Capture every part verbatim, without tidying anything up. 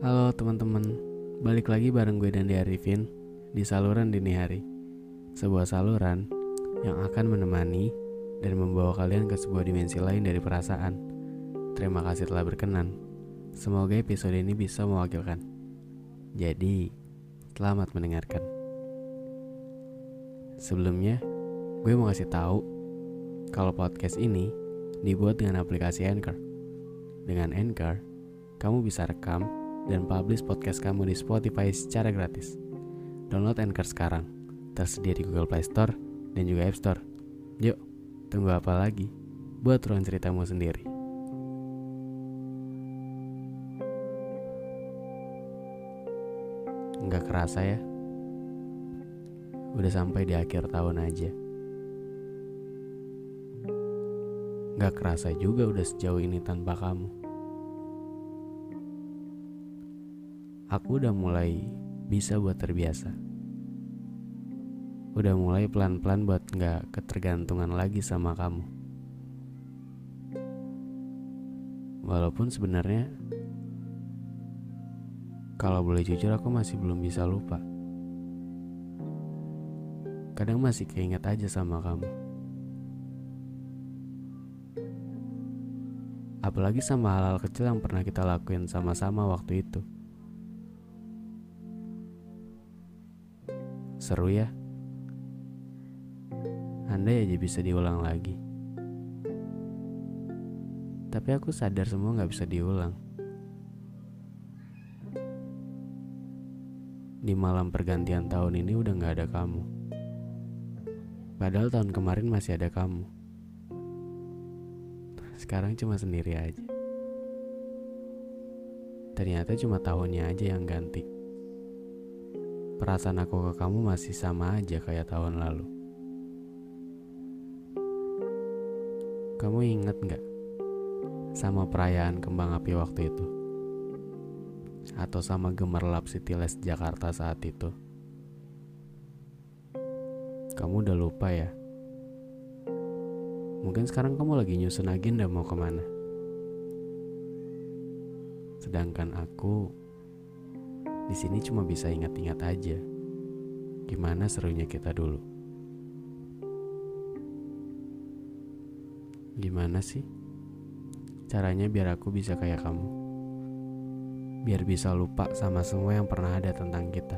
Halo teman-teman, balik lagi bareng gue dan Arifin di saluran dini hari. Sebuah saluran yang akan menemani dan membawa kalian ke sebuah dimensi lain dari perasaan. Terima kasih telah berkenan. Semoga episode ini bisa mewakilkan. Jadi, selamat mendengarkan. Sebelumnya, gue mau kasih tahu kalau podcast ini dibuat dengan aplikasi Anchor. Dengan Anchor, kamu bisa rekam dan publish podcast kamu di Spotify secara gratis. Download Anchor sekarang, tersedia di Google Play Store dan juga App Store. Yuk, tunggu apa lagi? Buat ruang ceritamu sendiri. Nggak kerasa ya, udah sampai di akhir tahun aja. Nggak kerasa juga udah sejauh ini tanpa kamu. Aku udah mulai bisa buat terbiasa. Udah mulai pelan-pelan buat gak ketergantungan lagi sama kamu. Walaupun sebenarnya kalau boleh jujur aku masih belum bisa lupa. Kadang masih keinget aja sama kamu. Apalagi sama hal-hal kecil yang pernah kita lakuin sama-sama waktu itu. Seru ya? Andai aja bisa diulang lagi. Tapi aku sadar semua gak bisa diulang. Di malam pergantian tahun ini udah gak ada kamu. Padahal tahun kemarin masih ada kamu. Sekarang cuma sendiri aja. Ternyata cuma tahunnya aja yang ganti. Perasaan aku ke kamu masih sama aja kayak tahun lalu. Kamu ingat gak sama perayaan kembang api waktu itu? Atau sama gemerlap City Les Jakarta saat itu? Kamu udah lupa ya? Mungkin sekarang kamu lagi nyusun agenda mau kemana. Sedangkan aku di sini cuma bisa ingat-ingat aja gimana serunya kita dulu. Gimana sih caranya biar aku bisa kayak kamu? Biar bisa lupa sama semua yang pernah ada tentang kita.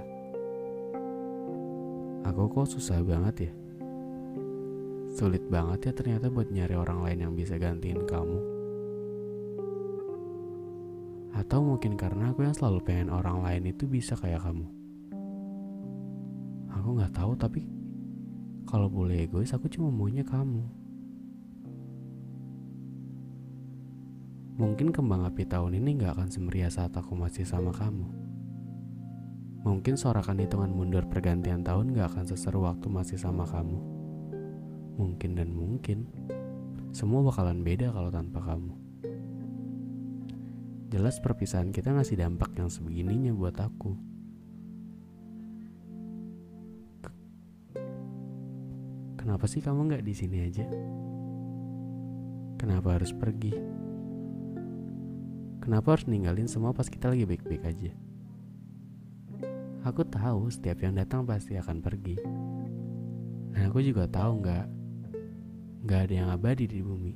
Aku kok susah banget ya? Sulit banget ya ternyata buat nyari orang lain yang bisa gantiin kamu. Atau mungkin karena aku yang selalu pengen orang lain itu bisa kayak kamu. Aku gak tahu, tapi kalau boleh egois aku cuma maunya kamu. Mungkin kembang api tahun ini gak akan semeriah saat aku masih sama kamu. Mungkin sorakan hitungan mundur pergantian tahun gak akan seseru waktu masih sama kamu. Mungkin dan mungkin semua bakalan beda kalau tanpa kamu. Jelas perpisahan kita ngasih dampak yang sebegininya buat aku. Kenapa sih kamu nggak di sini aja? Kenapa harus pergi? Kenapa harus ninggalin semua pas kita lagi baik-baik aja? Aku tahu setiap yang datang pasti akan pergi. Dan aku juga tahu nggak, nggak ada yang abadi di bumi.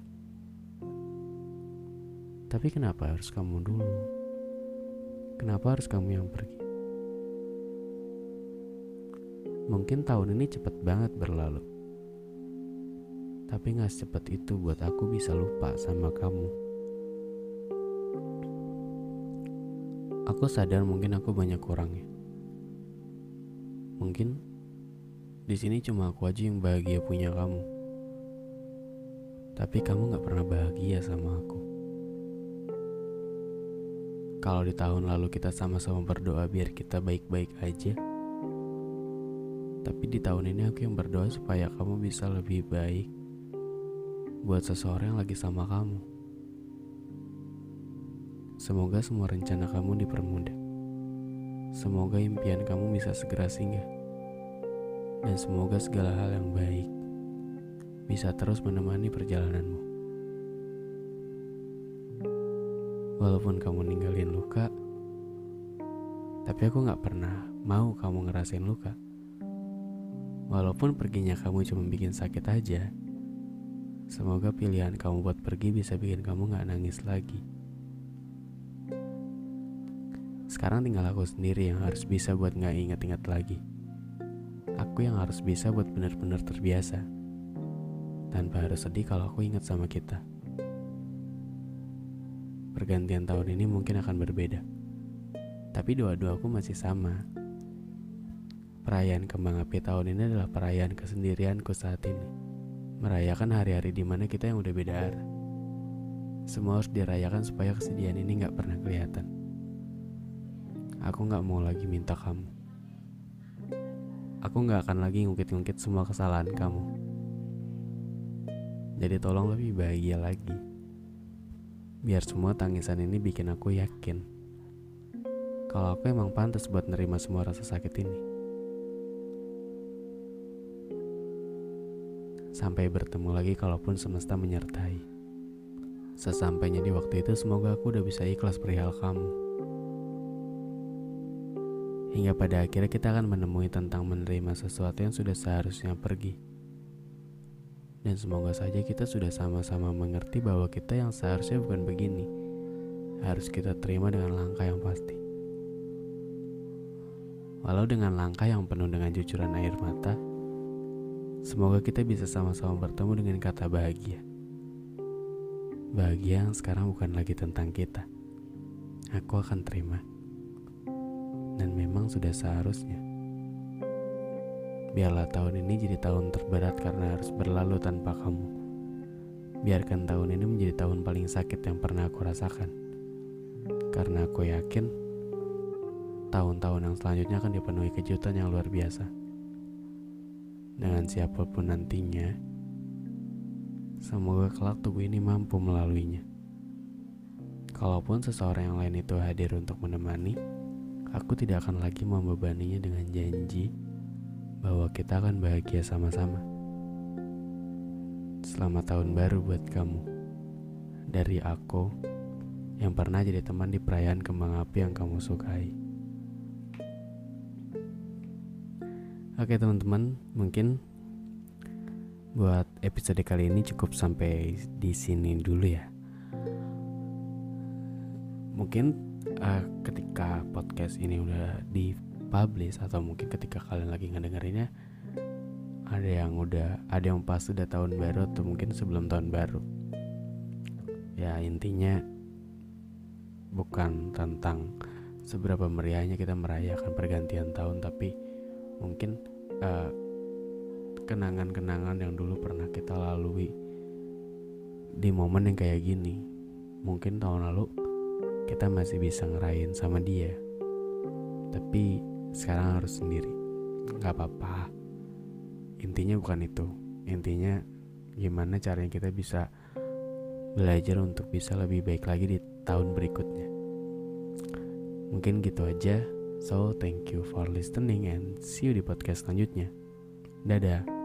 Tapi kenapa harus kamu dulu? Kenapa harus kamu yang pergi? Mungkin tahun ini cepet banget berlalu. Tapi gak secepat itu buat aku bisa lupa sama kamu. Aku sadar mungkin aku banyak kurangnya. Mungkin di sini cuma aku aja yang bahagia punya kamu. Tapi kamu gak pernah bahagia sama aku. Kalau di tahun lalu kita sama-sama berdoa biar kita baik-baik aja, tapi di tahun ini aku yang berdoa supaya kamu bisa lebih baik buat seseorang yang lagi sama kamu. Semoga semua rencana kamu dipermudah. Semoga impian kamu bisa segera singgah. Dan semoga segala hal yang baik bisa terus menemani perjalananmu. Walaupun kamu ninggalin luka, Tapi aku gak pernah mau kamu ngerasain luka. Walaupun perginya kamu cuma bikin sakit aja, semoga pilihan kamu buat pergi bisa bikin kamu gak nangis lagi. Sekarang tinggal aku sendiri yang harus bisa buat gak inget-inget lagi. Aku yang harus bisa buat benar-benar terbiasa, tanpa harus sedih kalau aku ingat sama kita. Pergantian tahun ini mungkin akan berbeda, tapi doa-doaku masih sama. Perayaan kembang api tahun ini adalah perayaan kesendirianku saat ini. Merayakan hari-hari dimana kita yang udah beda arah. Semua harus dirayakan supaya kesedihan ini gak pernah kelihatan. Aku gak mau lagi minta kamu. Aku gak akan lagi ngungkit-ngungkit semua kesalahan kamu. Jadi tolong lebih bahagia lagi. Biar semua tangisan ini bikin aku yakin kalau aku emang pantas buat nerima semua rasa sakit ini. Sampai bertemu lagi kalaupun semesta menyertai. Sesampainya di waktu itu semoga aku udah bisa ikhlas perihal kamu. Hingga pada akhirnya kita akan menemui tentang menerima sesuatu yang sudah seharusnya pergi. Dan semoga saja kita sudah sama-sama mengerti bahwa kita yang seharusnya bukan begini. Harus kita terima dengan langkah yang pasti. Walau dengan langkah yang penuh dengan cucuran air mata, semoga kita bisa sama-sama bertemu dengan kata bahagia. Bahagia yang sekarang bukan lagi tentang kita. Aku akan terima. Dan memang sudah seharusnya. Biarlah tahun ini jadi tahun terberat karena harus berlalu tanpa kamu. Biarkan tahun ini menjadi tahun paling sakit yang pernah aku rasakan. Karena aku yakin tahun-tahun yang selanjutnya akan dipenuhi kejutan yang luar biasa. Dengan siapapun nantinya, semoga kelak tubuh ini mampu melaluinya. Kalaupun seseorang yang lain itu hadir untuk menemani, aku tidak akan lagi membebaninya dengan janji bahwa kita akan bahagia sama-sama. Selamat tahun baru buat kamu. Dari aku yang pernah jadi teman di perayaan kembang api yang kamu sukai. Oke teman-teman, mungkin buat episode kali ini cukup sampai di sini dulu ya. Mungkin uh, ketika podcast ini udah dipublish atau mungkin ketika kalian lagi ngedengerinnya, ada yang udah, ada yang pas udah tahun baru atau mungkin sebelum tahun baru. Ya intinya bukan tentang seberapa meriahnya kita merayakan pergantian tahun, tapi mungkin uh, kenangan-kenangan yang dulu pernah kita lalui di momen yang kayak gini. Mungkin tahun lalu kita masih bisa ngerayain sama dia, tapi sekarang harus sendiri. Gak apa-apa. Intinya bukan itu. Intinya gimana caranya kita bisa belajar untuk bisa lebih baik lagi di tahun berikutnya. Mungkin gitu aja. So, thank you for listening and see you di podcast selanjutnya. Dadah.